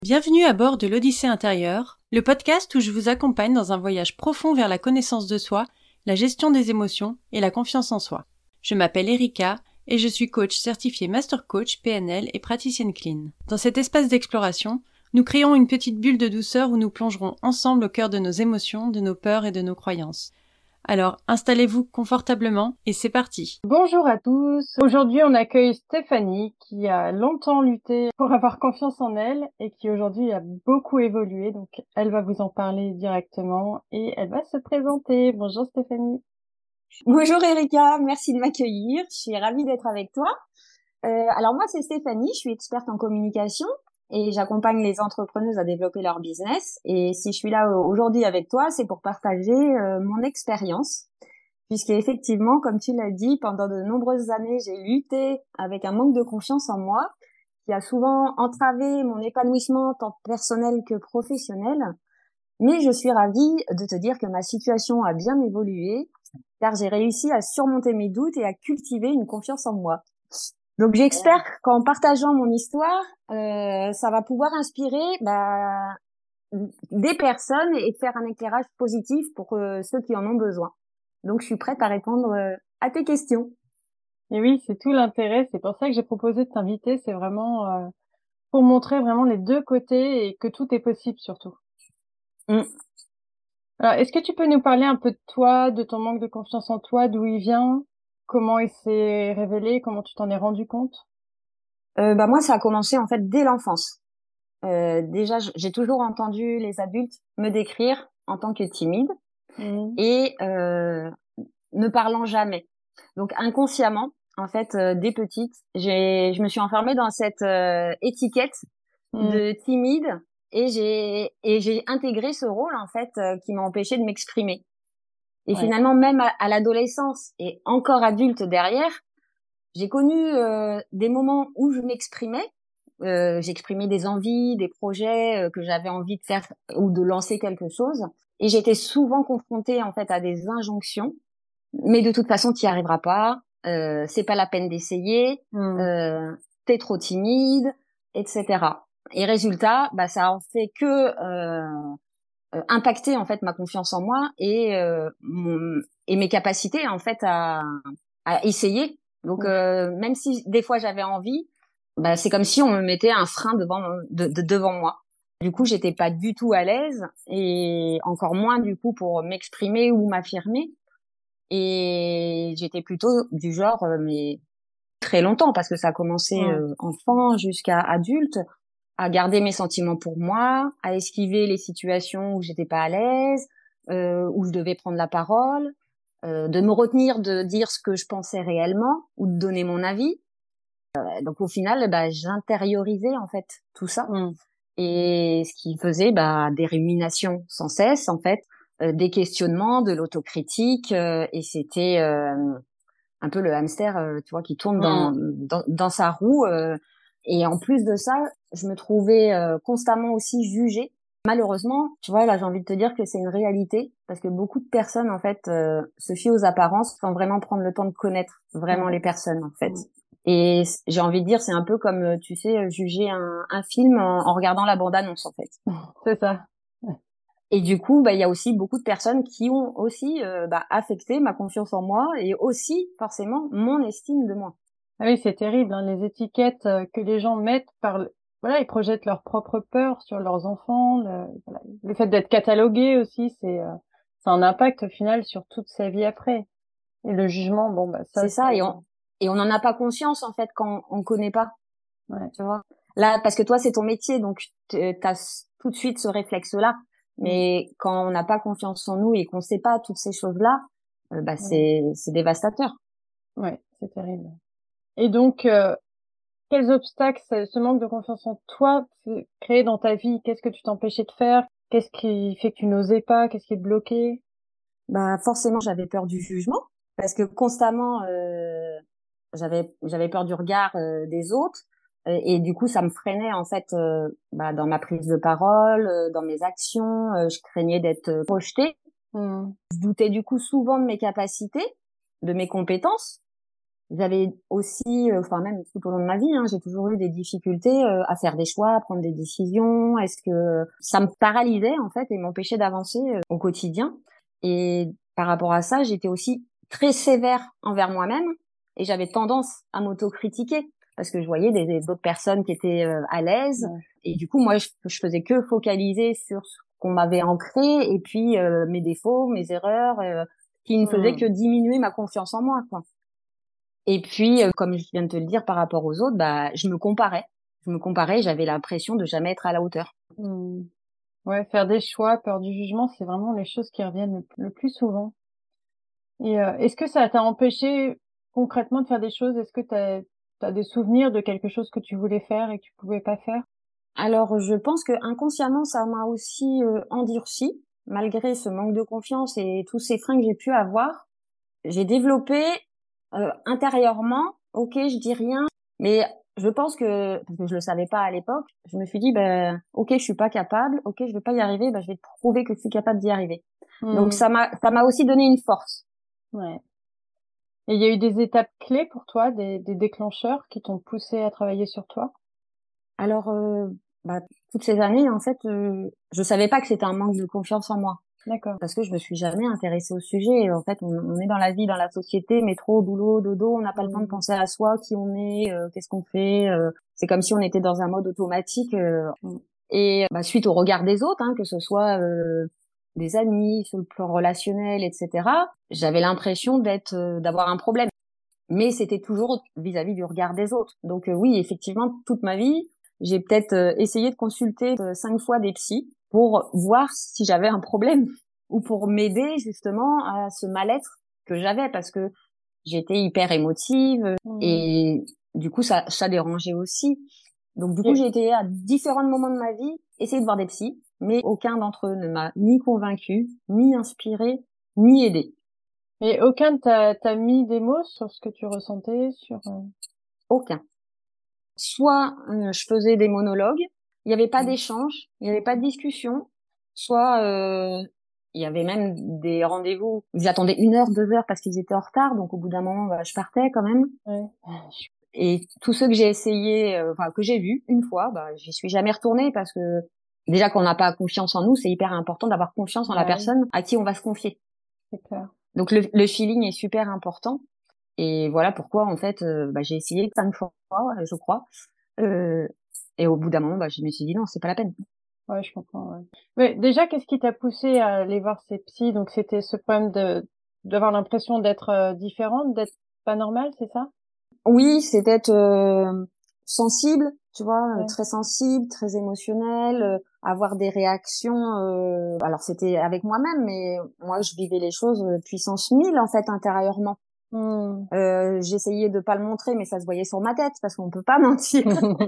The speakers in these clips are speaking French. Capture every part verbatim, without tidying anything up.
Bienvenue à bord de l'Odyssée intérieure, le podcast où je vous accompagne dans un voyage profond vers la connaissance de soi, la gestion des émotions et la confiance en soi. Je m'appelle Erika et je suis coach certifiée Master Coach P N L et praticienne clean. Dans cet espace d'exploration, nous créons une petite bulle de douceur où nous plongerons ensemble au cœur de nos émotions, de nos peurs et de nos croyances. Alors, installez-vous confortablement et c'est parti. Bonjour à tous. Aujourd'hui, on accueille Stéphanie qui a longtemps lutté pour avoir confiance en elle et qui aujourd'hui a beaucoup évolué. Donc, elle va vous en parler directement et elle va se présenter. Bonjour Stéphanie. Bonjour Erika, merci de m'accueillir. Je suis ravie d'être avec toi. Euh, alors moi, c'est Stéphanie, je suis experte en communication et j'accompagne les entrepreneuses à développer leur business. Et si je suis là aujourd'hui avec toi, c'est pour partager euh, mon expérience. Puisqu'effectivement, comme tu l'as dit, pendant de nombreuses années, j'ai lutté avec un manque de confiance en moi qui a souvent entravé mon épanouissement tant personnel que professionnel. Mais je suis ravie de te dire que ma situation a bien évolué car j'ai réussi à surmonter mes doutes et à cultiver une confiance en moi. Donc j'espère qu'en partageant mon histoire, euh, ça va pouvoir inspirer bah, des personnes et faire un éclairage positif pour euh, ceux qui en ont besoin. Donc je suis prête à répondre euh, à tes questions. Et oui, c'est tout l'intérêt. C'est pour ça que j'ai proposé de t'inviter. C'est vraiment euh, pour montrer vraiment les deux côtés et que tout est possible surtout. Mm. Alors, est-ce que tu peux nous parler un peu de toi, de ton manque de confiance en toi, d'où il vient, comment il s'est révélé, comment tu t'en es rendu compte? Euh, bah moi, ça a commencé en fait dès l'enfance. Euh, déjà, j'ai toujours entendu les adultes me décrire en tant que timide Mmh. et euh, ne parlant jamais. Donc inconsciemment, en fait, euh, dès petite, j'ai, je me suis enfermée dans cette euh, étiquette Mmh. de timide et j'ai et j'ai intégré ce rôle en fait euh, qui m'a empêchée de m'exprimer. Et Ouais. finalement, même à, à l'adolescence et encore adulte derrière, j'ai connu euh, des moments où je m'exprimais. Euh, j'exprimais des envies, des projets euh, que j'avais envie de faire ou de lancer quelque chose. Et j'étais souvent confrontée en fait à des injonctions. Mais de toute façon, tu n'y arriveras pas. Euh, c'est pas la peine d'essayer. Mmh. Euh, t'es trop timide, et cetera. Et résultat, bah ça en fait que euh, euh, impacter en fait ma confiance en moi et euh, mon, et mes capacités en fait à, à essayer. Donc euh, même si des fois j'avais envie, bah c'est comme si on me mettait un frein devant de, de, devant moi. Du coup, j'étais pas du tout à l'aise et encore moins du coup pour m'exprimer ou m'affirmer. Et j'étais plutôt du genre euh, mais très longtemps parce que ça a commencé Mmh. euh, enfant jusqu'à adulte à garder mes sentiments pour moi, à esquiver les situations où j'étais pas à l'aise, euh, où je devais prendre la parole, euh, de me retenir de dire ce que je pensais réellement ou de donner mon avis. Euh, donc au final, bah, j'intériorisais en fait tout ça, Mmh. et ce qui faisait bah, des ruminations sans cesse en fait, euh, des questionnements, de l'autocritique, euh, et c'était euh, un peu le hamster, euh, tu vois, qui tourne dans, Mmh. dans, dans sa roue. Euh, et en plus de ça, je me trouvais euh, constamment aussi jugée. Malheureusement, tu vois, là, j'ai envie de te dire que c'est une réalité parce que beaucoup de personnes, en fait, euh, se fient aux apparences sans vraiment prendre le temps de connaître vraiment Mmh. les personnes, en fait. Mmh. Et j'ai envie de dire, c'est un peu comme, euh, tu sais, juger un, un film en, en regardant la bande-annonce, en fait. C'est ça. Et du coup, bah, il y a aussi beaucoup de personnes qui ont aussi euh, bah, affecté ma confiance en moi et aussi forcément mon estime de moi. Ah oui, c'est terrible, hein, les étiquettes euh, que les gens mettent par, le- voilà, ils projettent leur propre peur sur leurs enfants. Le, voilà. Le fait d'être catalogué aussi, c'est, euh, c'est un impact au final sur toute sa vie après. Et le jugement, bon, bah ça, C'est c'est, ça, et on et on n'en a pas conscience en fait quand on connaît pas, ouais. tu vois. Là, parce que toi, c'est ton métier, donc t'as tout de suite ce réflexe-là. Mm. Mais quand on n'a pas confiance en nous et qu'on sait pas toutes ces choses-là, euh, bah Ouais. c'est c'est dévastateur. Ouais, c'est terrible. Et donc, euh, quels obstacles ce ce manque de confiance en toi peut créer dans ta vie? Qu'est-ce que tu t'empêchais de faire? Qu'est-ce qui fait que tu n'osais pas? Qu'est-ce qui te bloquait? Bah forcément, j'avais peur du jugement parce que constamment, euh, j'avais j'avais peur du regard euh, des autres. Et, et du coup, ça me freinait en fait euh, bah, dans ma prise de parole, euh, dans mes actions. Euh, je craignais d'être euh, rejetée. Mm. Je doutais du coup souvent de mes capacités, de mes compétences. J'avais aussi, enfin euh, même tout au long de ma vie, hein, j'ai toujours eu des difficultés euh, à faire des choix, à prendre des décisions. Est-ce que ça me paralysait en fait et m'empêchait d'avancer euh, au quotidien. Et par rapport à ça, j'étais aussi très sévère envers moi-même et j'avais tendance à m'autocritiquer parce que je voyais des, des autres personnes qui étaient euh, à l'aise ouais. Et du coup moi je, je faisais que focaliser sur ce qu'on m'avait ancré et puis euh, mes défauts, mes erreurs, euh, qui ne faisaient mmh. que diminuer ma confiance en moi, quoi. Et puis euh, comme je viens de te le dire par rapport aux autres, bah je me comparais, je me comparais, j'avais l'impression de jamais être à la hauteur. Mmh. Ouais, faire des choix, peur du jugement, c'est vraiment les choses qui reviennent le, le plus souvent. Et euh, est-ce que ça t'a empêché concrètement de faire des choses? Est-ce que t'as t'as des souvenirs de quelque chose que tu voulais faire et que tu pouvais pas faire? Alors, je pense que inconsciemment, ça m'a aussi euh, endurci, malgré ce manque de confiance et tous ces freins que j'ai pu avoir. J'ai développé euh, intérieurement, ok, je dis rien, mais je pense que, parce que je le savais pas à l'époque, je me suis dit, ben, ok, je suis pas capable, ok, je vais pas y arriver, ben, je vais te prouver que je suis capable d'y arriver. Mmh. Donc, ça m'a, ça m'a aussi donné une force. Ouais. Et il y a eu des étapes clés pour toi, des, des déclencheurs qui t'ont poussé à travailler sur toi? Alors, euh, bah, toutes ces années, en fait, euh, je savais pas que c'était un manque de confiance en moi. D'accord. Parce que je me suis jamais intéressée au sujet. En fait, on, on est dans la vie, dans la société, métro, boulot, dodo, on n'a pas mmh. le temps de penser à soi, qui on est, euh, qu'est-ce qu'on fait. Euh, c'est comme si on était dans un mode automatique. Euh, mmh. Et bah, suite au regard des autres, hein, que ce soit euh, des amis, sur le plan relationnel, et cetera, j'avais l'impression d'être, euh, d'avoir un problème. Mais c'était toujours vis-à-vis du regard des autres. Donc euh, oui, effectivement, toute ma vie, j'ai peut-être euh, essayé de consulter euh, cinq fois des psys pour voir si j'avais un problème ou pour m'aider justement à ce mal-être que j'avais parce que j'étais hyper émotive mmh. et du coup ça ça dérangeait aussi. Donc du coup, j'ai été à différents moments de ma vie essayer de voir des psys, mais aucun d'entre eux ne m'a ni convaincue, ni inspirée, ni aidée. Et aucun t'a t'a mis des mots sur ce que tu ressentais, sur euh... Aucun. Soit euh, je faisais des monologues, il n'y avait pas mmh. d'échange, il n'y avait pas de discussion, soit euh, il y avait même des rendez-vous, ils attendaient une heure, deux heures parce qu'ils étaient en retard, donc au bout d'un moment, bah, je partais quand même. Ouais. Et tous ceux que j'ai essayé, euh, enfin que j'ai vus une fois, bah j'y suis jamais retournée parce que déjà qu'on n'a pas confiance en nous, c'est hyper important d'avoir confiance en ouais. la personne à qui on va se confier. C'est clair. Donc le, le feeling est super important. Et voilà pourquoi en fait euh, bah, j'ai essayé cinq fois je crois euh, et au bout d'un moment bah, je me suis dit non c'est pas la peine. Ouais je comprends. Ouais. Mais déjà qu'est-ce qui t'a poussé à aller voir ces psys? Donc c'était ce problème de d'avoir l'impression d'être euh, différente, d'être pas normale, c'est ça? Oui, c'est d'être euh, sensible, tu vois, ouais. très sensible, très émotionnel, euh, avoir des réactions. Euh, alors c'était avec moi-même, mais moi je vivais les choses puissance mille en fait intérieurement. Mmh. Euh, j'essayais de pas le montrer, mais ça se voyait sur ma tête parce qu'on peut pas mentir.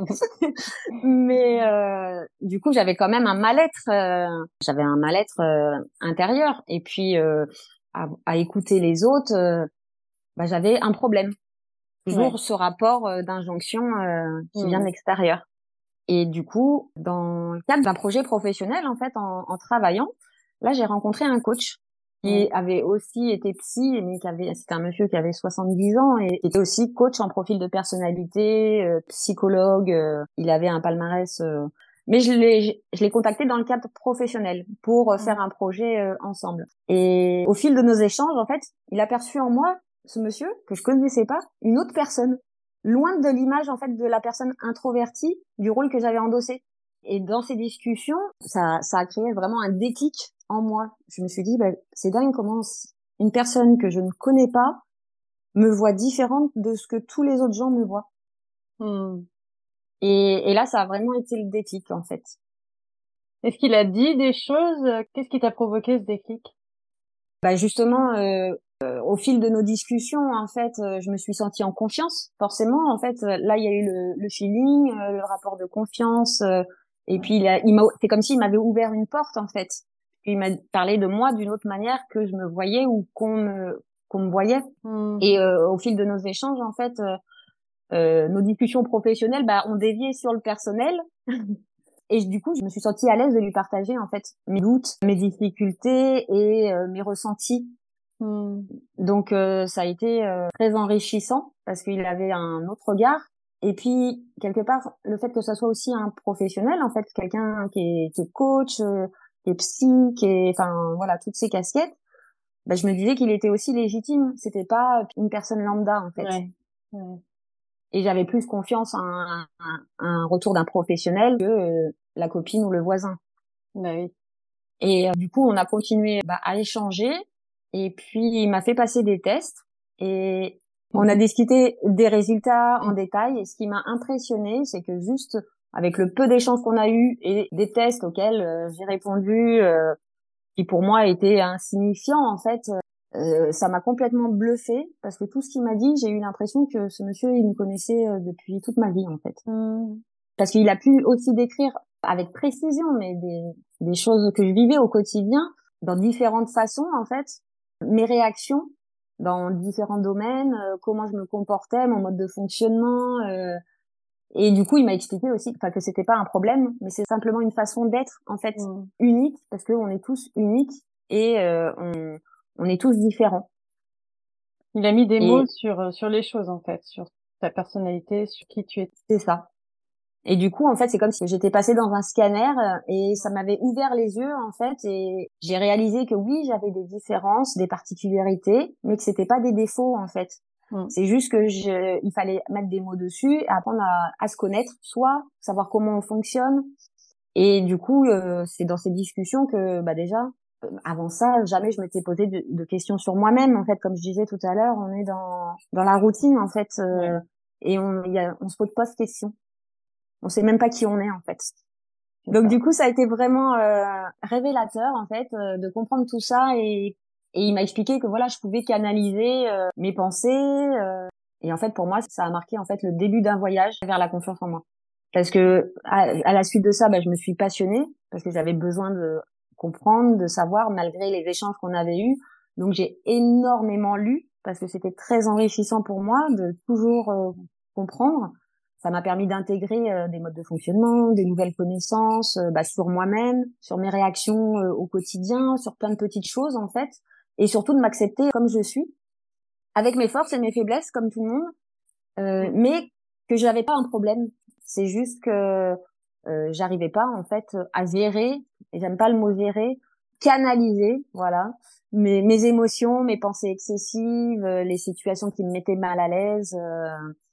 mais euh, du coup, j'avais quand même un mal-être. Euh, j'avais un mal-être euh, intérieur. Et puis euh, à, à écouter les autres, euh, bah, j'avais un problème. Toujours ouais. ce rapport euh, d'injonction euh, qui mmh. vient de l'extérieur. Et du coup, dans le cadre d'un projet professionnel, en fait, en, en travaillant, là, j'ai rencontré un coach qui avait aussi été psy, mais qui avait, c'était un monsieur qui avait soixante-dix ans et était aussi coach en profil de personnalité, euh, psychologue. Euh, il avait un palmarès, euh, mais je l'ai, je l'ai contacté dans le cadre professionnel pour euh, faire un projet euh, ensemble. Et au fil de nos échanges, en fait, il a perçu en moi, ce monsieur que je connaissais pas, une autre personne, loin de l'image en fait de la personne introvertie du rôle que j'avais endossé. Et dans ces discussions, ça, ça a créé vraiment un déclic en moi. Je me suis dit, bah, c'est dingue comment une personne que je ne connais pas me voit différente de ce que tous les autres gens me voient. Mmh. Et, et là, ça a vraiment été le déclic, en fait. Est-ce qu'il a dit des choses? Qu'est-ce qui t'a provoqué ce déclic? Bah justement, euh, euh, au fil de nos discussions, en fait, euh, je me suis sentie en confiance. Forcément, en fait, euh, là, il y a eu le, le feeling, euh, le rapport de confiance. Euh, et puis, il, a, il m'a, c'est comme s'il m'avait ouvert une porte, en fait. Il m'a parlé de moi d'une autre manière que je me voyais ou qu'on me, qu'on me voyait. Mmh. Et euh, au fil de nos échanges, en fait, euh, euh, nos discussions professionnelles, bah, ont dévié sur le personnel. Et du coup, je me suis sentie à l'aise de lui partager, en fait, mes doutes, mes difficultés et euh, mes ressentis. Mmh. Donc, euh, ça a été euh, très enrichissant. parce qu'il avait un autre regard. Et puis, quelque part, le fait que ça soit aussi un professionnel, en fait, quelqu'un qui est, qui est coach, euh, qui est psy, qui est, enfin, voilà, toutes ces casquettes, bah, je me disais qu'il était aussi légitime. C'était pas une personne lambda, en fait. Ouais. Ouais. Et j'avais plus confiance en un, un, un retour d'un professionnel que euh, la copine ou le voisin. Bah oui. Et euh, du coup, on a continué bah, à échanger. Et puis, il m'a fait passer des tests. Et on a discuté des résultats en détail. Et ce qui m'a impressionné, c'est que juste avec le peu d'échanges qu'on a eu et des tests auxquels euh, j'ai répondu, euh, qui pour moi étaient insignifiants, en fait, euh, ça m'a complètement bluffé parce que tout ce qu'il m'a dit, j'ai eu l'impression que ce monsieur, il me connaissait euh, depuis toute ma vie, en fait. Mmh. Parce qu'il a pu aussi décrire avec précision, mais des, des choses que je vivais au quotidien, dans différentes façons, en fait, mes réactions dans différents domaines, euh, comment je me comportais, mon mode de fonctionnement, euh, et du coup, il m'a expliqué aussi, enfin, que c'était pas un problème, mais c'est simplement une façon d'être, en fait, Mmh. unique, parce qu'on est tous uniques et euh, on, on est tous différents. Il a mis des mots Et sur sur les choses en fait, sur ta personnalité, sur qui tu es. c'est ça. Et du coup, en fait, c'est comme si j'étais passée dans un scanner euh, et ça m'avait ouvert les yeux, en fait, et j'ai réalisé que oui, j'avais des différences, des particularités, mais que c'était pas des défauts, en fait. Mmh. C'est juste que je, il fallait mettre des mots dessus et apprendre à, à se connaître, soit savoir comment on fonctionne. Et du coup, euh, c'est dans ces discussions que, bah déjà, euh, avant ça, jamais je m'étais posé de, de questions sur moi-même. En fait, comme je disais tout à l'heure, on est dans dans la routine, en fait, Ouais. euh, et on y a, on se pose pas de questions. On sait même pas qui on est, en fait. C'est Donc ça. du coup, ça a été vraiment euh, révélateur, en fait, euh, de comprendre tout ça, et et il m'a expliqué que voilà, je pouvais canaliser euh, mes pensées, euh, et en fait, pour moi, ça a marqué en fait le début d'un voyage vers la confiance en moi. Parce que à, à la suite de ça, bah, je me suis passionnée parce que j'avais besoin de comprendre, de savoir, malgré les échanges qu'on avait eus. Donc j'ai énormément lu parce que c'était très enrichissant pour moi de toujours euh, comprendre. Ça m'a permis d'intégrer euh, des modes de fonctionnement, des nouvelles connaissances euh, bah, sur moi-même, sur mes réactions euh, au quotidien, sur plein de petites choses en fait, et surtout de m'accepter comme je suis, avec mes forces et mes faiblesses comme tout le monde, euh, mais que je n'avais pas un problème. C'est juste que euh, j'arrivais pas en fait à gérer, et j'aime pas le mot gérer, canaliser, voilà, mes, mes émotions, mes pensées excessives, euh, les situations qui me mettaient mal à l'aise. Euh,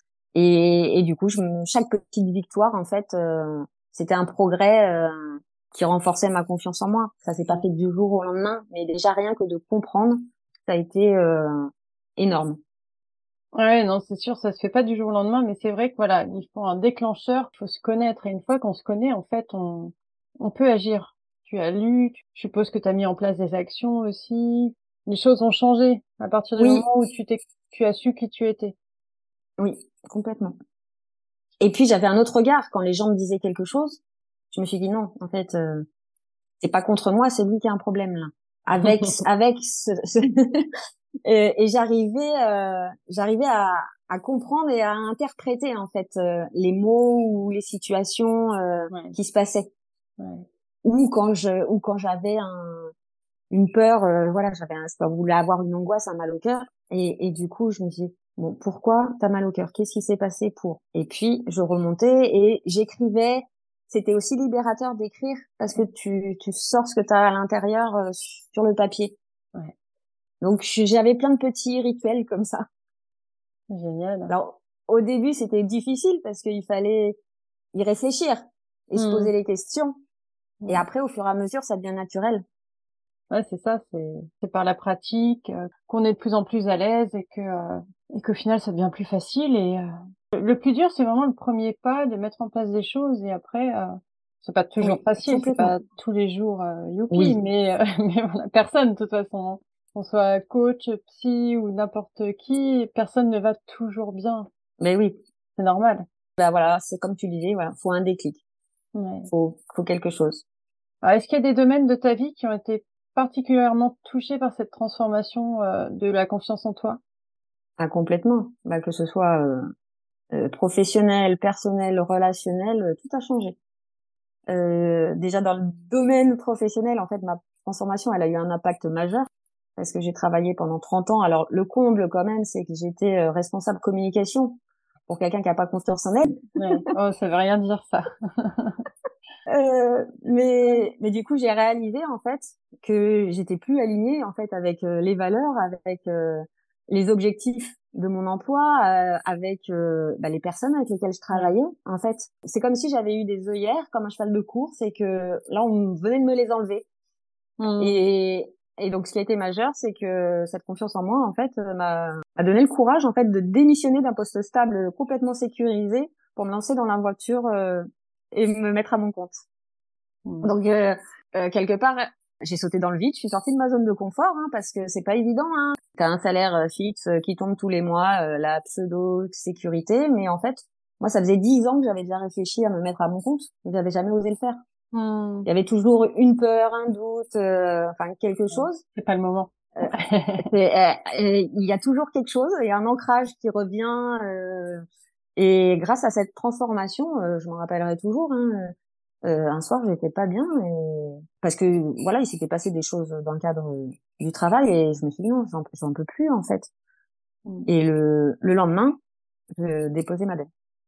et, et du coup, je me, chaque petite victoire, en fait, euh, c'était un progrès euh, qui renforçait ma confiance en moi. Ça s'est pas fait du jour au lendemain, mais déjà rien que de comprendre, ça a été euh, énorme. Ouais, non, c'est sûr, ça se fait pas du jour au lendemain, mais c'est vrai que voilà, il faut un déclencheur, il faut se connaître. Et une fois qu'on se connaît, en fait, on, on peut agir. Tu as lu, tu- je suppose que tu as mis en place des actions aussi. Les choses ont changé à partir du Oui, moment où tu t'es, tu as su qui tu étais. oui, complètement. Et puis j'avais un autre regard quand les gens me disaient quelque chose. Je me suis dit non, en fait, euh, c'est pas contre moi, c'est lui qui a un problème là. Avec avec ce, ce... et, et j'arrivais euh, j'arrivais à à comprendre et à interpréter en fait euh, les mots ou les situations euh, Ouais, qui se passaient. ouais. Ou quand je ou quand j'avais un une peur, euh, voilà, j'avais un, je voulais avoir une angoisse, un mal au cœur, et, et du coup je me dis bon, pourquoi t'as mal au cœur, qu'est-ce qui s'est passé pour, et puis je remontais et j'écrivais. C'était aussi libérateur d'écrire parce que tu tu sors ce que t'as à l'intérieur euh, sur le papier. Ouais. Donc je- j'avais plein de petits rituels comme ça. Génial. Alors au début c'était difficile parce qu'il fallait y réfléchir et se Hmm. poser les questions, et Hmm. après au fur et à mesure ça devient naturel. Ouais, c'est ça, c'est c'est par la pratique euh, qu'on est de plus en plus à l'aise et que euh, et qu'au final ça devient plus facile et euh, le plus dur c'est vraiment le premier pas de mettre en place des choses et après euh, c'est pas toujours Oui, facile, c'est complètement. pas tous les jours euh, youpi, Oui, mais euh, mais voilà, personne de toute façon, hein. Qu'on soit coach, psy ou n'importe qui, personne ne va toujours bien, mais oui. c'est normal. Bah voilà, c'est comme tu disais, voilà, faut un déclic, Ouais. faut faut quelque chose. Alors, est-ce qu'il y a des domaines de ta vie qui ont été particulièrement touchés par cette transformation euh, de la confiance en toi? Ah, complètement. Bah, que ce soit euh, euh, professionnel, personnel, relationnel, euh, tout a changé. Euh, déjà dans le domaine professionnel, en fait, ma transformation, elle a eu un impact majeur parce que j'ai travaillé pendant trente ans. Alors le comble quand même, c'est que j'étais euh, responsable communication pour quelqu'un qui a pas confiance en elle. Ouais. Oh, ça veut rien dire ça. Euh, mais mais du coup, j'ai réalisé en fait que j'étais plus alignée en fait avec euh, les valeurs, avec euh, les objectifs de mon emploi, euh, avec euh, bah, les personnes avec lesquelles je travaillais. En fait, c'est comme si j'avais eu des œillères comme un cheval de course et que là, on venait de me les enlever. Mm. Et et donc, ce qui a été majeur, c'est que cette confiance en moi, en fait, euh, m'a m'a donné le courage en fait de démissionner d'un poste stable complètement sécurisé pour me lancer dans l'aventure euh, et me mettre à mon compte. Mm. Donc euh, euh, quelque part, j'ai sauté dans le vide, je suis sortie de ma zone de confort hein, parce que c'est pas évident. Hein. T'as un salaire euh, fixe euh, qui tombe tous les mois, euh, la pseudo sécurité, mais en fait, moi ça faisait dix ans que j'avais déjà réfléchi à me mettre à mon compte, mais j'avais jamais osé le faire. Mm. Il y avait toujours une peur, un doute, euh, enfin quelque chose. C'est pas le moment. Euh, c'est, euh, euh, il y a toujours quelque chose, il y a un ancrage qui revient. Euh, et grâce à cette transformation, euh, je m'en rappellerai toujours. Hein, Euh, un soir, j'étais pas bien et parce que voilà, il s'était passé des choses dans le cadre du travail et je me suis dit non, j'en, j'en peux plus en fait. Mm. Et le le lendemain, je déposais ma dette.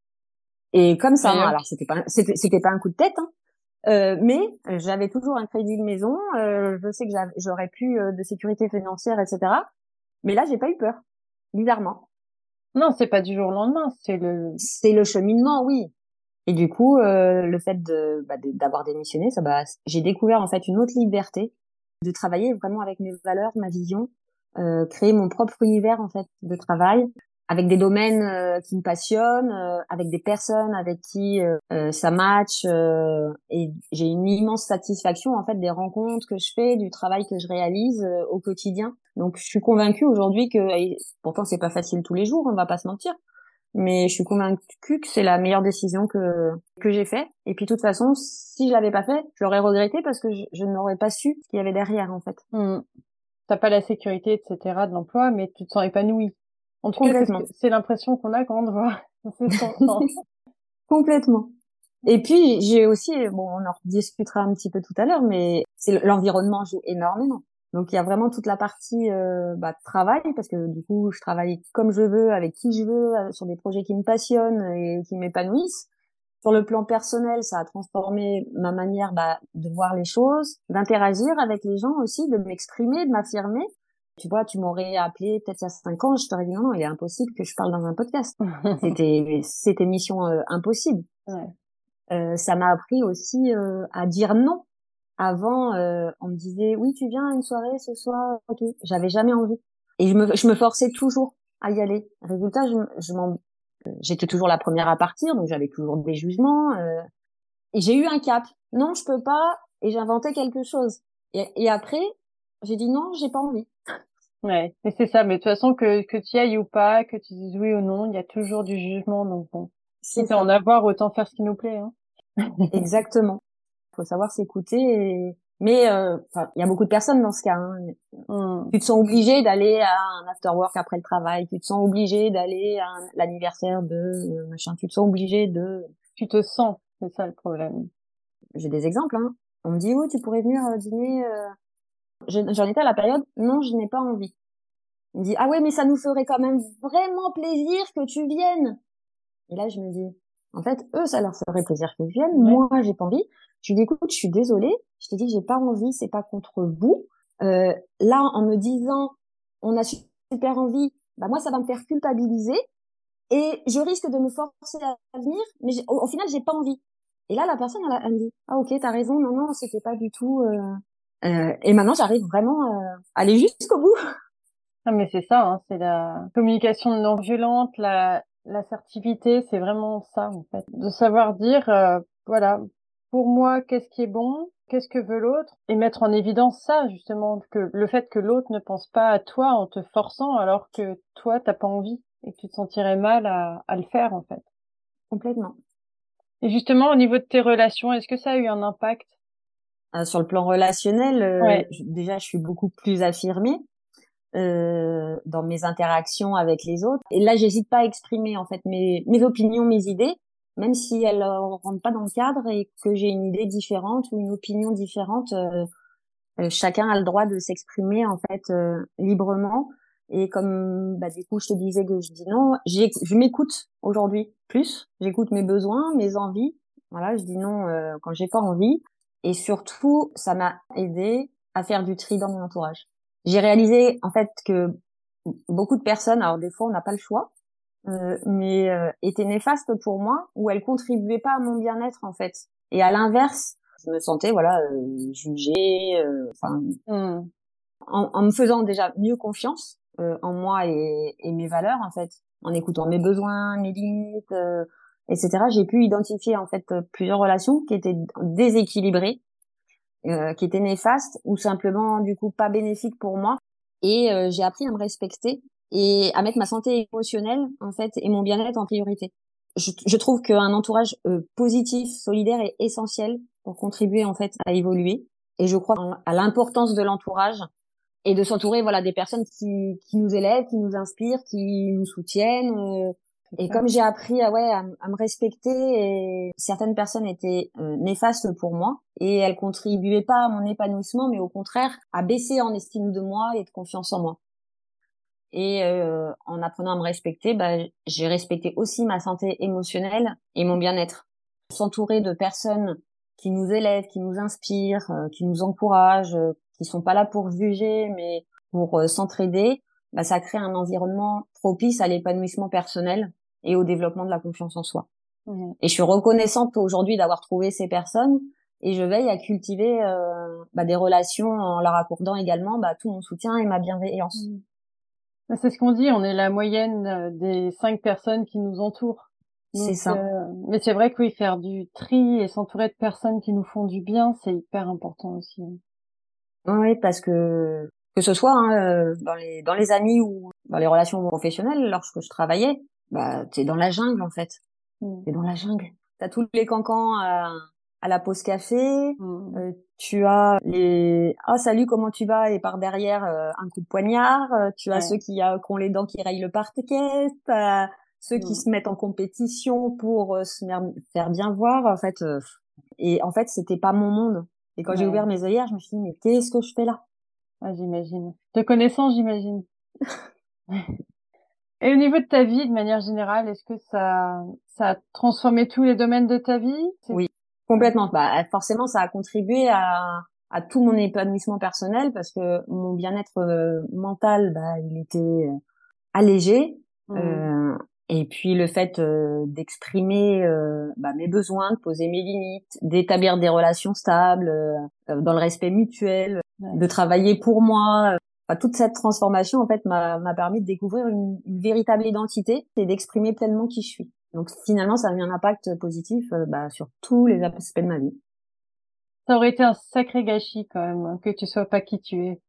Et comme ça, hein, D'ailleurs. alors c'était pas c'était c'était pas un coup de tête, hein, euh, mais j'avais toujours un crédit de maison. Euh, je sais que j'avais- j'aurais plus euh, de sécurité financière, et cetera. Mais là, j'ai pas eu peur, bizarrement. Non, c'est pas du jour au lendemain, c'est le. C'est le cheminement, oui. Et du coup, euh, le fait de, bah, de- d'avoir démissionné, ça, bah, j'ai découvert en fait une autre liberté, de travailler vraiment avec mes valeurs, ma vision, euh, créer mon propre univers en fait de travail, avec des domaines euh, qui me passionnent, euh, avec des personnes avec qui euh, euh, ça match, euh, et j'ai une immense satisfaction en fait des rencontres que je fais, du travail que je réalise euh, au quotidien. Donc, je suis convaincue aujourd'hui que, et pourtant c'est pas facile tous les jours, on va pas se mentir. Mais je suis convaincue que c'est la meilleure décision que que j'ai fait. Et puis de toute façon, si je l'avais pas fait, je l'aurais regretté parce que je, je n'aurais pas su ce qu'il y avait derrière en fait. Mm. T'as pas la sécurité, et cetera de l'emploi, mais tu te sens épanoui. En tout cas, c'est ce que, Complètement, c'est l'impression qu'on a quand on te voit. C'est ce qu'on sent. complètement. Et puis j'ai aussi, bon, on en rediscutera un petit peu tout à l'heure, mais c'est l'environnement joue énormément. Donc il y a vraiment toute la partie euh, bah, travail parce que du coup je travaille comme je veux, avec qui je veux, euh, sur des projets qui me passionnent et qui m'épanouissent. Sur le plan personnel, ça a transformé ma manière bah, de voir les choses, d'interagir avec les gens aussi, de m'exprimer, de m'affirmer. Tu vois, tu m'aurais appelé peut-être il y a cinq ans, je t'aurais dit non, non, il est impossible que je parle dans un podcast. C'était, c'était mission euh, impossible. Ouais. Euh, ça m'a appris aussi euh, à dire non. Avant, euh, on me disait oui, tu viens à une soirée ce soir, ok. J'avais jamais envie et je me, je me forçais toujours à y aller. Résultat, je, je m'en, j'étais toujours la première à partir, donc j'avais toujours des jugements. Euh, et j'ai eu un cap. Non, je peux pas. Et j'inventais quelque chose. Et, et après, j'ai dit non, j'ai pas envie. Ouais. Et c'est ça. Mais de toute façon, que, que tu y ailles ou pas, que tu dises oui ou non, il y a toujours du jugement. Donc bon. C'est Quitte à en ça. avoir, autant faire ce qui nous plaît, hein. Exactement. Faut savoir s'écouter. Et... Mais euh, enfin, il y a beaucoup de personnes dans ce cas. Hein. Mm. Tu te sens obligé d'aller à un after work après le travail. Tu te sens obligé d'aller à un- l'anniversaire de euh, machin. Tu te sens obligé de. Tu te sens. C'est ça le problème. J'ai des exemples. Hein. On me dit oui, tu pourrais venir euh, dîner. Euh... Je- J'en étais à la période. Non, je n'ai pas envie. On me dit ah ouais, mais ça nous ferait quand même vraiment plaisir que tu viennes. Et là, je me dis, en fait, eux, ça leur ferait plaisir qu'ils viennent. Ouais. Moi, j'ai pas envie. Je lui dis, écoute, je suis désolée. Je t'ai dit que j'ai pas envie. C'est pas contre vous. Euh, là, en me disant, on a super envie, bah moi, ça va me faire culpabiliser et je risque de me forcer à venir. Mais j'ai- au, au final, j'ai pas envie. Et là, la personne, elle, a- elle me dit, ah ok, t'as raison. Non, non, c'était pas du tout. Euh... Euh, et maintenant, j'arrive vraiment euh, à aller jusqu'au bout. Ah, mais c'est ça, hein, c'est la communication non violente, la l'assertivité, c'est vraiment ça en fait, de savoir dire euh, voilà, pour moi, qu'est-ce qui est bon, qu'est-ce que veut l'autre, et mettre en évidence ça justement, que le fait que l'autre ne pense pas à toi en te forçant alors que toi t'as pas envie et que tu te sentirais mal à, à le faire en fait. Complètement. Et justement au niveau de tes relations, est-ce que ça a eu un impact? Euh, sur le plan relationnel, euh, Ouais. je- déjà, je suis beaucoup plus affirmée. Euh, dans mes interactions avec les autres. Et là, j'hésite pas à exprimer en fait mes, mes opinions, mes idées, même si elles euh, rentrent pas dans le cadre et que j'ai une idée différente ou une opinion différente. Euh, euh, chacun a le droit de s'exprimer en fait euh, librement. Et comme bah du coup je te disais que je dis non, j'ai, je m'écoute aujourd'hui plus. J'écoute mes besoins, mes envies. Voilà, je dis non euh, quand j'ai pas envie. Et surtout, ça m'a aidé à faire du tri dans mon entourage. J'ai réalisé en fait que beaucoup de personnes, alors des fois on n'a pas le choix, euh, mais euh, étaient néfastes pour moi, ou elles contribuaient pas à mon bien-être en fait. Et à l'inverse, je me sentais voilà euh, jugée, euh, enfin Mm. en, en me faisant déjà mieux confiance euh, en moi et, et mes valeurs en fait, en écoutant mes besoins, mes limites, euh, et cetera. J'ai pu identifier en fait plusieurs relations qui étaient déséquilibrées, euh, qui étaient néfastes ou simplement du coup pas bénéfiques pour moi. Et euh, j'ai appris à me respecter et à mettre ma santé émotionnelle en fait et mon bien-être en priorité. Je, je trouve qu'un entourage euh, positif, solidaire est essentiel pour contribuer en fait à évoluer. Et je crois en- à l'importance de l'entourage et de s'entourer voilà des personnes qui qui nous élèvent, qui nous inspirent, qui nous soutiennent. euh, C'est et ça. comme j'ai appris à ouais à, m- à me respecter, et certaines personnes étaient euh, néfastes pour moi et elles contribuaient pas à mon épanouissement, mais au contraire à baisser en estime de moi et de confiance en moi. Et euh, en apprenant à me respecter, bah, j'ai respecté aussi ma santé émotionnelle et mon bien-être. S'entourer de personnes qui nous élèvent, qui nous inspirent, euh, qui nous encouragent, euh, qui sont pas là pour juger, mais pour euh, s'entraider, bah, ça crée un environnement propice à l'épanouissement personnel et au développement de la confiance en soi. Mm. Et je suis reconnaissante aujourd'hui d'avoir trouvé ces personnes et je veille à cultiver euh, bah, des relations en leur accordant également bah, tout mon soutien et ma bienveillance. Mm. C'est ce qu'on dit, on est la moyenne euh, des cinq personnes qui nous entourent. C'est Donc, ça. euh, mais c'est vrai que oui, faire du tri et s'entourer de personnes qui nous font du bien, c'est hyper important aussi. Oui, parce que que ce soit hein, euh, dans les dans les amis ou dans les relations professionnelles, lorsque je travaillais, bah t'es dans la jungle en fait. Mm. T'es dans la jungle. T'as tous les cancans à, à la pause café. Mm. Euh, tu as les ah salut comment tu vas et par derrière euh, un coup de poignard. Euh, tu as Ouais. ceux qui, a, qui ont les dents qui rayent le parquet. T'as ceux qui Mm. se mettent en compétition pour euh, se mer- faire bien voir. En fait, euh, et en fait c'était pas mon monde. Et quand j'ai Ouais. ouvert mes œillères, je me suis dit mais qu'est-ce que je fais là? Ouais, j'imagine. De connaissance, j'imagine. Et au niveau de ta vie, de manière générale, est-ce que ça, ça a transformé tous les domaines de ta vie? C'est... Oui, Ouais. complètement. Bah, forcément, ça a contribué à, à tout mon épanouissement personnel parce que mon bien-être euh, mental, bah, il était euh, allégé. Mm. Euh, et puis le fait euh, d'exprimer euh, bah, mes besoins, de poser mes limites, d'établir des relations stables, euh, dans le respect mutuel, Ouais. de travailler pour moi. Enfin, toute cette transformation, en fait, m'a, m'a permis de découvrir une, une véritable identité et d'exprimer pleinement qui je suis. Donc finalement, ça a eu un impact positif euh, bah, sur tous les aspects de ma vie. Ça aurait été un sacré gâchis quand même, hein, que tu sois pas qui tu es.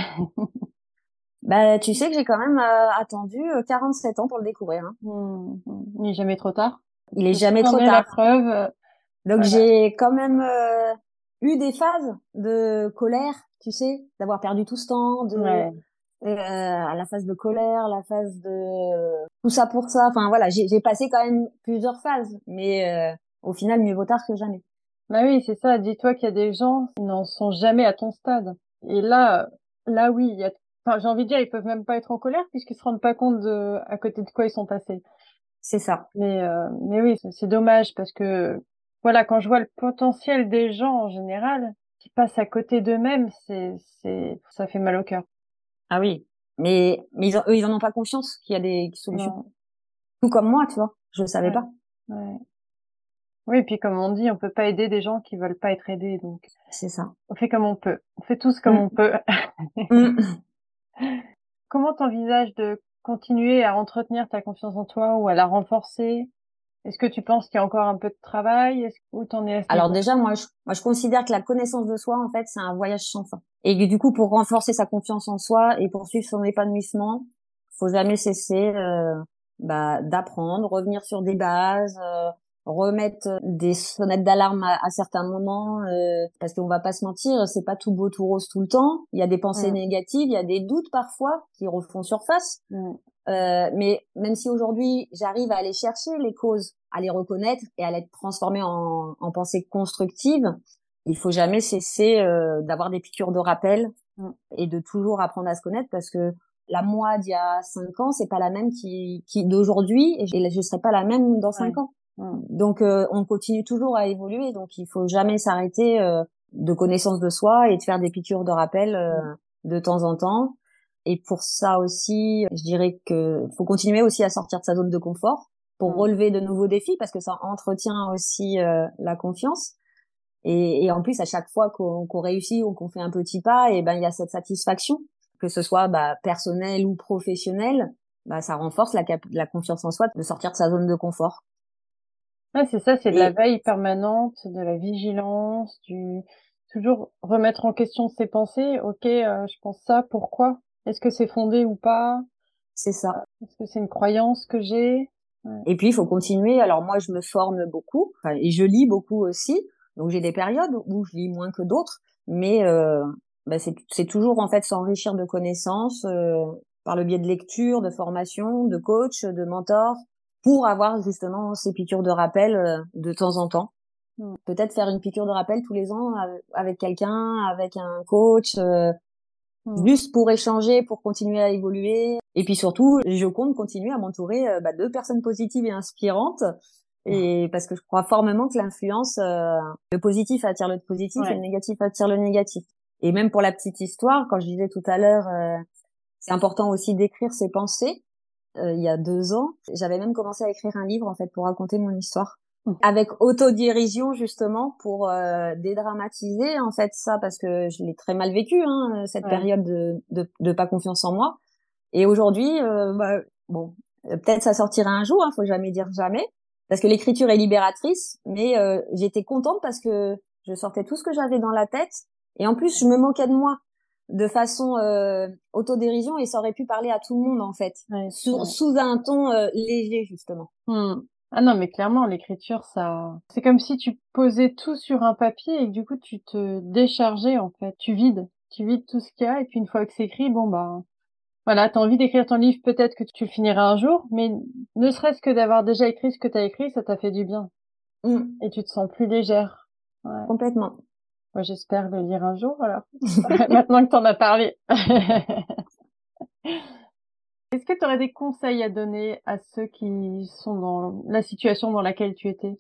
Bah, tu sais que j'ai quand même euh, attendu euh, quarante-sept ans pour le découvrir. Hein. Mm. Mm. Il n'est jamais trop tard. Il est Que tu jamais en trop es la tard. preuve. euh, Donc Voilà. j'ai quand même euh, eu des phases de colère, tu sais, d'avoir perdu tout ce temps, de Ouais. euh, la phase de colère, la phase de tout ça pour ça. Enfin voilà, j'ai, j'ai passé quand même plusieurs phases, mais euh, au final mieux vaut tard que jamais. Bah oui, c'est ça. Dis-toi qu'il y a des gens qui n'en sont jamais à ton stade. Et là, là oui, il y a, enfin, j'ai envie de dire, ils peuvent même pas être en colère puisqu'ils se rendent pas compte de à côté de quoi ils sont passés. C'est ça. Mais, euh, mais oui, c'est c'est dommage parce que, voilà, quand je vois le potentiel des gens en général qui passent à côté d'eux-mêmes, c'est, c'est, ça fait mal au cœur. Ah oui, mais mais ils, en- eux ils en ont pas conscience qu'il y a des solutions. Non. Tout comme moi, tu vois, je savais Ouais. pas. Ouais. Oui, et puis comme on dit, on peut pas aider des gens qui veulent pas être aidés, donc C'est ça. on fait comme on peut. On fait tous comme on Mm. peut. Mm. Comment t'envisages de continuer à entretenir ta confiance en toi ou à la renforcer? Est-ce que tu penses qu'il y a encore un peu de travail? Est-ce où t'en es à ce Alors niveau? déjà, moi, je, moi, je considère que la connaissance de soi, en fait, c'est un voyage sans fin. Et que du coup, pour renforcer sa confiance en soi et poursuivre son épanouissement, faut jamais cesser euh, bah, d'apprendre, revenir sur des bases, euh, remettre des sonnettes d'alarme à, à certains moments, euh, parce qu'on va pas se mentir, c'est pas tout beau, tout rose tout le temps. Il y a des pensées Mm, négatives, il y a des doutes parfois qui refont surface. mm, Euh, mais même si aujourd'hui j'arrive à aller chercher les causes, à les reconnaître et à les transformer en, en pensées constructives, il faut jamais cesser euh, d'avoir des piqûres de rappel Mm. et de toujours apprendre à se connaître, parce que la moi d'il y a cinq ans, c'est pas la même qui, qui d'aujourd'hui, et je, et je serai pas la même dans cinq Ouais. ans. Mm. Donc euh, on continue toujours à évoluer, donc il faut jamais s'arrêter euh, de connaissance de soi et de faire des piqûres de rappel euh, Mm. de temps en temps. Et pour ça aussi, je dirais que faut continuer aussi à sortir de sa zone de confort pour Mm. relever de nouveaux défis, parce que ça entretient aussi euh, la confiance. Et, et en plus, à chaque fois qu'on, qu'on réussit ou qu'on fait un petit pas, et ben il y a cette satisfaction, que ce soit bah, personnelle ou professionnelle. Bah, ça renforce la, cap- la confiance en soi de sortir de sa zone de confort. Ouais, c'est ça, c'est de la Et veille permanente, de la vigilance, du toujours remettre en question ses pensées. Ok, euh, je pense ça, pourquoi? Est-ce que c'est fondé ou pas? c'est ça. Est-ce que c'est une croyance que j'ai? Ouais. Et puis, il faut continuer. Alors moi, je me forme beaucoup, enfin, et je lis beaucoup aussi. Donc j'ai des périodes où je lis moins que d'autres, mais euh, bah, c'est, c'est toujours en fait s'enrichir de connaissances euh, par le biais de lecture, de formation, de coach, de mentor, pour avoir justement ces piqûres de rappel euh, de temps en temps. Mm. Peut-être faire une piqûre de rappel tous les ans avec, avec quelqu'un, avec un coach. Euh, Mm. juste pour échanger, pour continuer à évoluer. Et puis surtout, je compte continuer à m'entourer euh, bah, de personnes positives et inspirantes. Et parce que je crois formellement que l'influence, euh, le positif attire le positif et Ouais. le négatif attire le négatif. Et même pour la petite histoire, quand je disais tout à l'heure, euh, c'est important aussi d'écrire ses pensées. Euh, il y a deux ans, j'avais même commencé à écrire un livre en fait pour raconter mon histoire, Mm. avec autodérision justement, pour euh, dédramatiser en fait ça, parce que je l'ai très mal vécu hein, cette Ouais. période de, de de pas confiance en moi. Et aujourd'hui, euh, bah, bon, euh, peut-être ça sortira un jour, hein, faut jamais dire jamais, parce que l'écriture est libératrice, mais euh, j'étais contente parce que je sortais tout ce que j'avais dans la tête, et en plus je me moquais de moi de façon euh, autodérision, et ça aurait pu parler à tout le monde en fait, Ouais. sous, Ouais. sous un ton euh, léger justement. Mm. Ah non, mais clairement, l'écriture, ça, c'est comme si tu posais tout sur un papier et que du coup, tu te déchargeais, en fait. Tu vides. Tu vides tout ce qu'il y a et puis une fois que c'est écrit, bon, bah, voilà, t'as envie d'écrire ton livre, peut-être que tu le finiras un jour, mais ne serait-ce que d'avoir déjà écrit ce que t'as écrit, ça t'a fait du bien. Mm, Et tu te sens plus légère. Ouais. complètement. Moi, j'espère le lire un jour, alors. Maintenant que t'en as parlé. Est-ce que tu aurais des conseils à donner à ceux qui sont dans la situation dans laquelle tu étais?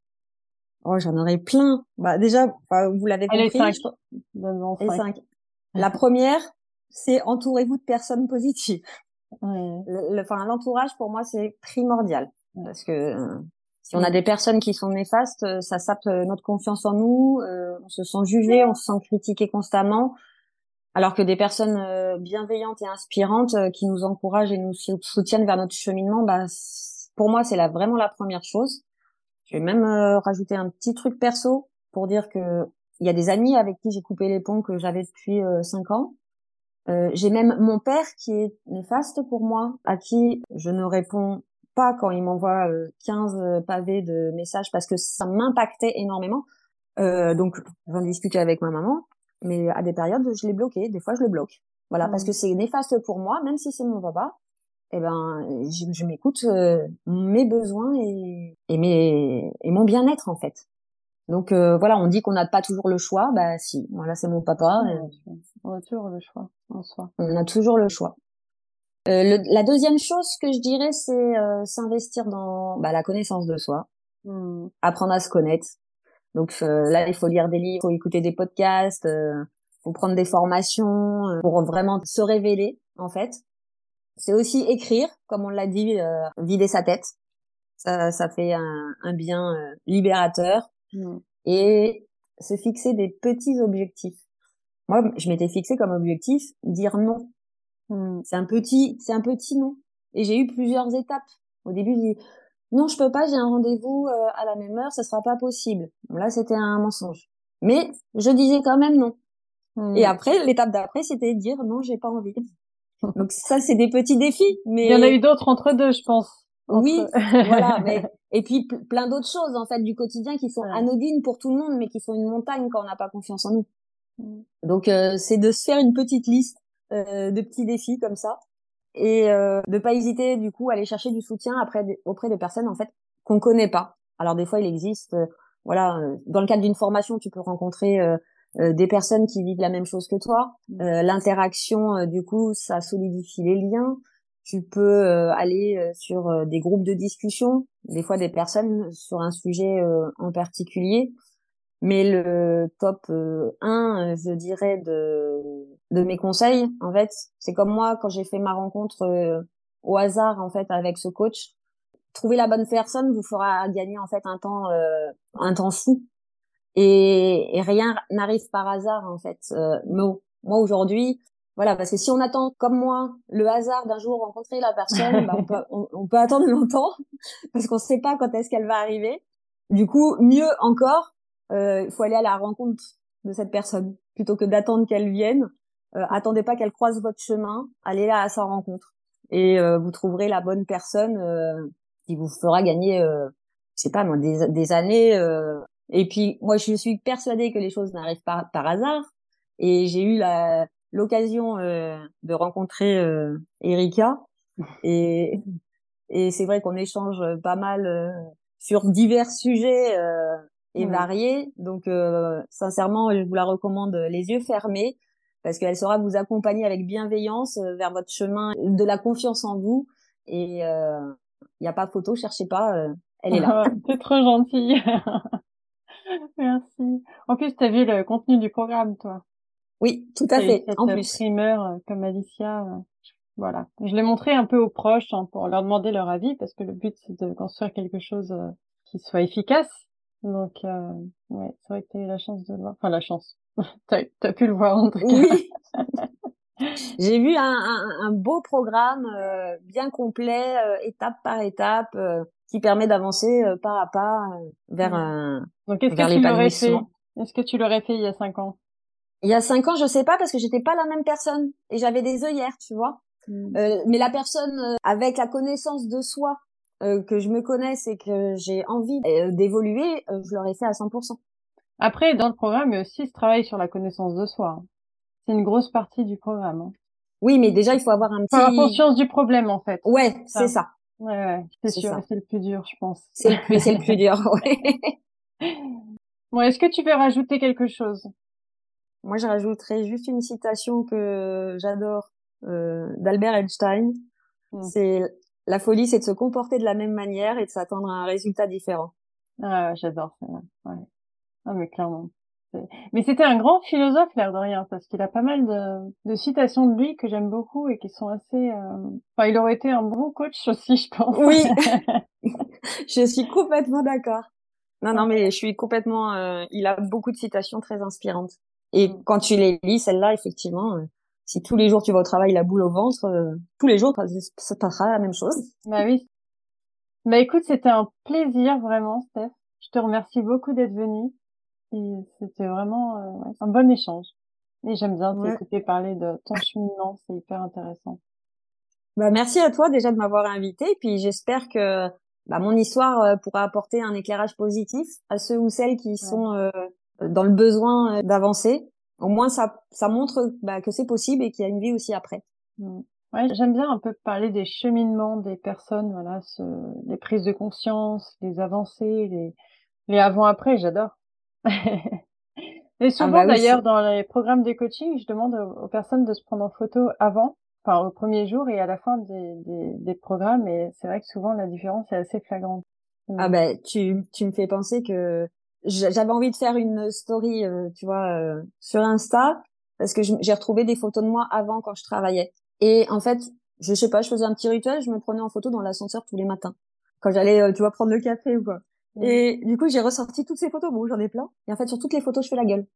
Oh, j'en aurais plein. Bah déjà, enfin, vous l'avez Allez, compris, cinq. je... pense- Donne-en et cinq. cinq. La première, c'est entourez-vous de personnes positives. Ouais. Le, le- enfin, l'entourage pour moi c'est primordial, Ouais. parce que euh, si on a Mm. des personnes qui sont néfastes, euh, ça sape euh, notre confiance en nous, euh, on se sent jugé, on se sent critiqué constamment, alors que des personnes euh, bienveillantes et inspirantes euh, qui nous encouragent et nous sou- soutiennent vers notre cheminement, bah c- pour moi c'est là vraiment la première chose. Je vais même euh, rajouter un petit truc perso pour dire que il y a des amis avec qui j'ai coupé les ponts que j'avais depuis euh, cinq ans. Euh, j'ai même mon père qui est néfaste pour moi, à qui je ne réponds pas quand il m'envoie euh, quinze euh, pavés de messages, parce que ça m'impactait énormément. Euh, donc j'en discutais avec ma maman, mais à des périodes je l'ai bloqué, des fois je le bloque. Voilà, parce que Mm. c'est néfaste pour moi, même si c'est mon papa. Eh ben, je, je m'écoute euh, mes besoins et, et mes et mon bien-être en fait. Donc euh, voilà, on dit qu'on n'a pas toujours le choix. Bah si, voilà, c'est mon papa. Si, euh, bien sûr. On a toujours le choix en soi. on a toujours le choix. Euh, le- la deuxième chose que je dirais, c'est euh, s'investir dans bah, la connaissance de soi, Mm. apprendre à se connaître. Donc euh, là, il faut lire des livres, il faut écouter des podcasts, euh, faut prendre des formations euh, pour vraiment se révéler, en fait. C'est aussi écrire, comme on l'a dit, euh, vider sa tête. Ça, ça fait un, un bien euh, libérateur. Mm. Et se fixer des petits objectifs. Moi, je m'étais fixé comme objectif dire non. Mm. C'est un petit, c'est un petit non. Et j'ai eu plusieurs étapes. Au début, j'ai dit, non, je peux pas, j'ai un rendez-vous euh, à la même heure, ça sera pas possible. Bon, là, c'était un mensonge. Mais je disais quand même non. Et Mm. après, l'étape d'après, c'était de dire non, j'ai pas envie. Donc ça, c'est des petits défis, Il y en a eu mais d'autres entre deux, je pense. Entre... oui, voilà. Mais et puis p- plein d'autres choses en fait du quotidien qui sont Ouais. anodines pour tout le monde, mais qui sont une montagne quand on n'a pas confiance en nous. Mm. Donc euh, c'est de se faire une petite liste euh, de petits défis comme ça, et euh, de pas hésiter du coup à aller chercher du soutien après des- auprès de personnes en fait qu'on connaît pas. Alors des fois il existe euh, voilà, euh, dans le cadre d'une formation, tu peux rencontrer euh, euh, des personnes qui vivent la même chose que toi. Euh, l'interaction, euh, du coup, ça solidifie les liens. Tu peux euh, aller euh, sur euh, des groupes de discussion, des fois des personnes sur un sujet euh, en particulier. Mais le top euh, un, euh, je dirais, de, de mes conseils, en fait, c'est comme moi, quand j'ai fait ma rencontre euh, au hasard, en fait, avec ce coach, trouver la bonne personne vous fera gagner, en fait, un temps, euh, un temps fou. Et, et rien n'arrive par hasard, en fait. Euh, moi, moi, aujourd'hui, voilà, parce que si on attend, comme moi, le hasard d'un jour rencontrer la personne, bah, on peut, on, on peut attendre longtemps, parce qu'on sait pas quand est-ce qu'elle va arriver. Du coup, mieux encore, euh, il faut aller à la rencontre de cette personne plutôt que d'attendre qu'elle vienne. Euh, attendez pas qu'elle croise votre chemin, allez là à sa rencontre et euh, vous trouverez la bonne personne euh, qui vous fera gagner, euh, je sais pas moi, des, des années. Euh. Et puis moi, je suis persuadée que les choses n'arrivent pas par hasard. Et j'ai eu la l'occasion euh, de rencontrer euh, Erika et et c'est vrai qu'on échange pas mal euh, sur divers sujets euh, et Ouais. variés. Donc, euh, sincèrement, je vous la recommande les yeux fermés parce qu'elle saura vous accompagner avec bienveillance euh, vers votre chemin de la confiance en vous. Et il euh, n'y a pas photo, cherchez pas, euh, elle est là. C'est trop gentil. Merci. En plus, t'as vu le contenu du programme, toi. Oui, tout à T'as eu fait, cette en euh, plus. primeur euh, comme Alicia. euh, Voilà. Je l'ai montré un peu aux proches hein, pour leur demander leur avis parce que le but c'est de construire quelque chose euh, qui soit efficace. Donc, euh, ouais, c'est vrai que t'as eu la chance de le voir. Enfin, la chance. T'as, t'as pu le voir en tout cas. Oui, j'ai vu un, un, un beau programme euh, bien complet, euh, étape par étape, euh, qui permet d'avancer euh, pas à pas euh, vers Mm. un, Donc, est-ce vers que tu l'aurais fait? l'épanouissement. Est-ce que tu l'aurais fait il y a cinq ans? Il y a cinq ans, je sais pas parce que j'étais pas la même personne et j'avais des œillères, tu vois. Mm. Euh, mais la personne euh, avec la connaissance de soi euh, que je me connaisse et que j'ai envie euh, d'évoluer, euh, je l'aurais fait à cent pour cent. Après, dans le programme, il y a aussi ce travail sur la connaissance de soi. hein. C'est une grosse partie du programme. Hein. Oui, mais déjà il faut avoir un Faut avoir petit. conscience du problème, en fait. Ouais, c'est Ça. ça, Ouais, ouais, c'est c'est sûr. Et ça. c'est le plus dur, je pense. C'est le plus, c'est le plus dur. Ouais. Bon, est-ce que tu veux rajouter quelque chose? Moi, je rajouterais juste une citation que j'adore euh, d'Albert Einstein. Mm. C'est la folie, c'est de se comporter de la même manière et de s'attendre à un résultat différent. Ah, ouais, j'adore ça. Ouais. Ah, mais clairement. C'est- Mais c'était un grand philosophe, l'air de rien, parce qu'il a pas mal de, de citations de lui que j'aime beaucoup et qui sont assez... euh, Enfin, il aurait été un bon coach aussi, je pense. Oui, je suis complètement d'accord. Non, non, Ouais. mais je suis complètement. Euh, il a beaucoup de citations très inspirantes. Et Mm. quand tu les lis, celle-là, effectivement, euh, si tous les jours tu vas au travail la boule au ventre, euh, tous les jours ça ça passera la même chose. Bah oui. Bah écoute, c'était un plaisir, vraiment, Steph. Je te remercie beaucoup d'être venu. Et c'était vraiment euh, ouais, un bon échange. Et j'aime bien Ouais. t'écouter parler de ton cheminement, c'est hyper intéressant. Bah, merci à toi déjà de m'avoir invité. Et puis j'espère que bah, mon histoire euh, pourra apporter un éclairage positif à ceux ou celles qui Ouais. sont euh, dans le besoin euh, d'avancer. Au moins, ça, ça montre bah, que c'est possible et qu'il y a une vie aussi après. Mm. Ouais, j'aime bien un peu parler des cheminements des personnes, voilà, ce, les prises de conscience, les avancées, les, les avant-après, j'adore. Et Ah souvent, bah oui, d'ailleurs, c'est... dans les programmes de coaching, je demande aux, aux personnes de se prendre en photo avant, enfin, au premier jour et à la fin des, des, des programmes. Et c'est vrai que souvent, la différence est assez flagrante. Ah Mm. bah tu, tu me fais penser que j'a- j'avais envie de faire une story, euh, tu vois, euh, sur Insta parce que je- j'ai retrouvé des photos de moi avant quand je travaillais. Et en fait, je sais pas, je faisais un petit rituel, je me prenais en photo dans l'ascenseur tous les matins quand j'allais, euh, tu vois, prendre le café ou quoi. Mm. Et du coup, j'ai ressorti toutes ces photos. Bon, j'en ai plein. Et en fait, sur toutes les photos, je fais la gueule.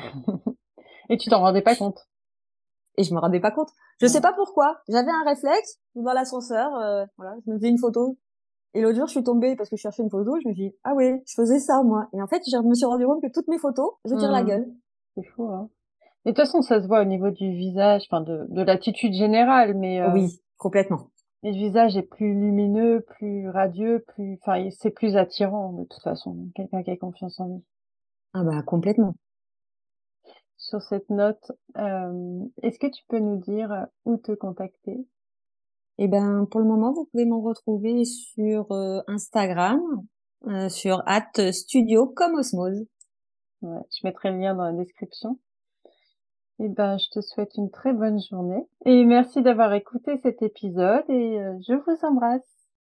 Et tu t'en rendais pas compte. Et je me rendais pas compte. Je sais Ouais. pas pourquoi. J'avais un réflexe dans l'ascenseur. Euh, voilà, je me faisais une photo. Et l'autre jour, je suis tombée parce que je cherchais une photo. Je me suis dit, ah ouais, je faisais ça, moi. Et en fait, je me suis rendu compte que toutes mes photos, je tire la Mm. gueule. C'est fou, hein. Et de toute façon, ça se voit au niveau du visage, enfin de, de l'attitude générale, mais euh, Oui, complètement. le visage est plus lumineux, plus radieux, plus, enfin, il- c'est plus attirant de toute façon. Quelqu'un qui a confiance en lui. Ah bah, complètement. Sur cette note, euh, est-ce que tu peux nous dire où te contacter? Et ben, pour le moment, vous pouvez m'en retrouver sur euh, Instagram, euh, sur at studio comme osmose. Ouais, je mettrai le lien dans la description. Et ben, je te souhaite une très bonne journée. Et merci d'avoir écouté cet épisode et euh, je vous embrasse.